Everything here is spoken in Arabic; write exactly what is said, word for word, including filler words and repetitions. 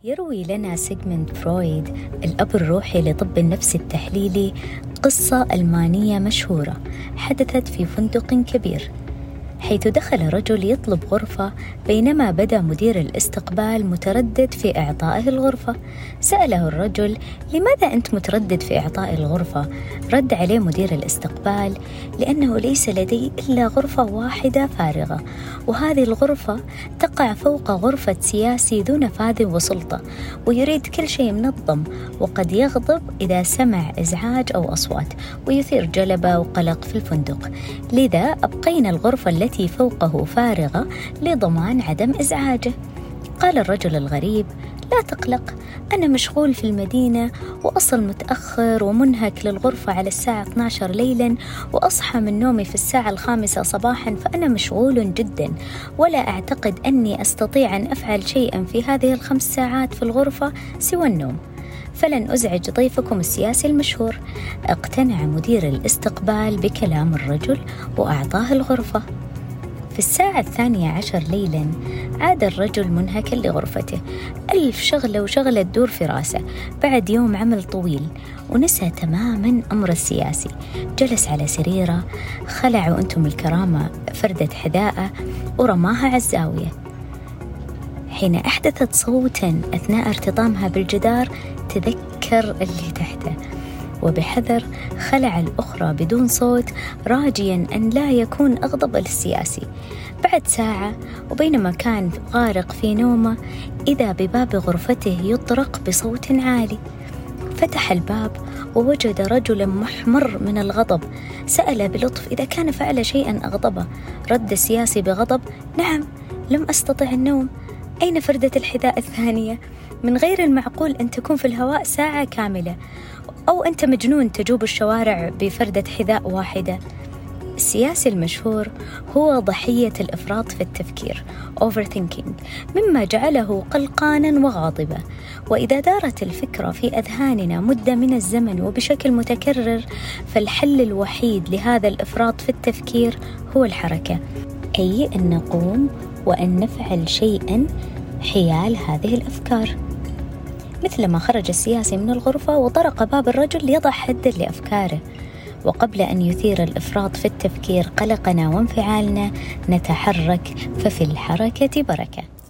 يروي لنا سيغموند فرويد الأب الروحي لطب النفس التحليلي قصة ألمانية مشهورة حدثت في فندق كبير، حيث دخل رجل يطلب غرفة بينما بدا مدير الاستقبال متردد في إعطائه الغرفة. سأله الرجل: لماذا أنت متردد في إعطاء الغرفة؟ رد عليه مدير الاستقبال: لأنه ليس لدي إلا غرفة واحدة فارغة، وهذه الغرفة تقع فوق غرفة سياسي ذو نفاذ وسلطة، ويريد كل شيء منظم، وقد يغضب إذا سمع إزعاج أو أصوات، ويثير جلبة وقلق في الفندق. لذا أبقينا الغرفة التي التي فوقه فارغة لضمان عدم إزعاجه. قال الرجل الغريب: لا تقلق، أنا مشغول في المدينة وأصل متأخر ومنهك للغرفة على الساعة اثنتي عشرة ليلا، وأصحى من نومي في الساعة الخامسة صباحا، فأنا مشغول جدا، ولا أعتقد أني أستطيع أن أفعل شيئا في هذه الخمس ساعات في الغرفة سوى النوم، فلن أزعج ضيفكم السياسي المشهور. اقتنع مدير الاستقبال بكلام الرجل وأعطاه الغرفة. في الساعة الثانية عشر ليلا عاد الرجل منهكا لغرفته، ألف شغلة وشغلة تدور في راسه بعد يوم عمل طويل، ونسى تماما أمر السياسي. جلس على سريره، خلع وأنتم الكرامة فردة حذاءه ورماها على الزاوية. حين أحدثت صوتا أثناء ارتطامها بالجدار تذكر اللي تحته، وبحذر خلع الأخرى بدون صوت، راجيا أن لا يكون أغضب للسياسي. بعد ساعة وبينما كان غارق في نومه، إذا بباب غرفته يطرق بصوت عالي. فتح الباب ووجد رجلا محمر من الغضب. سأل بلطف إذا كان فعل شيئا أغضبه. رد السياسي بغضب: نعم، لم أستطع النوم. أين فردة الحذاء الثانية؟ من غير المعقول أن تكون في الهواء ساعة كاملة، أو أنت مجنون تجوب الشوارع بفردة حذاء واحدة. السياسي المشهور هو ضحية الإفراط في التفكير overthinking، مما جعله قلقانا وغاضبا. وإذا دارت الفكرة في أذهاننا مدة من الزمن وبشكل متكرر، فالحل الوحيد لهذا الإفراط في التفكير هو الحركة، أي أن نقوم وأن نفعل شيئا حيال هذه الأفكار. مثلما خرج السياسي من الغرفة وطرق باب الرجل ليضع حدا لأفكاره. وقبل أن يثير الإفراط في التفكير قلقنا وانفعالنا، نتحرك، ففي الحركة بركة.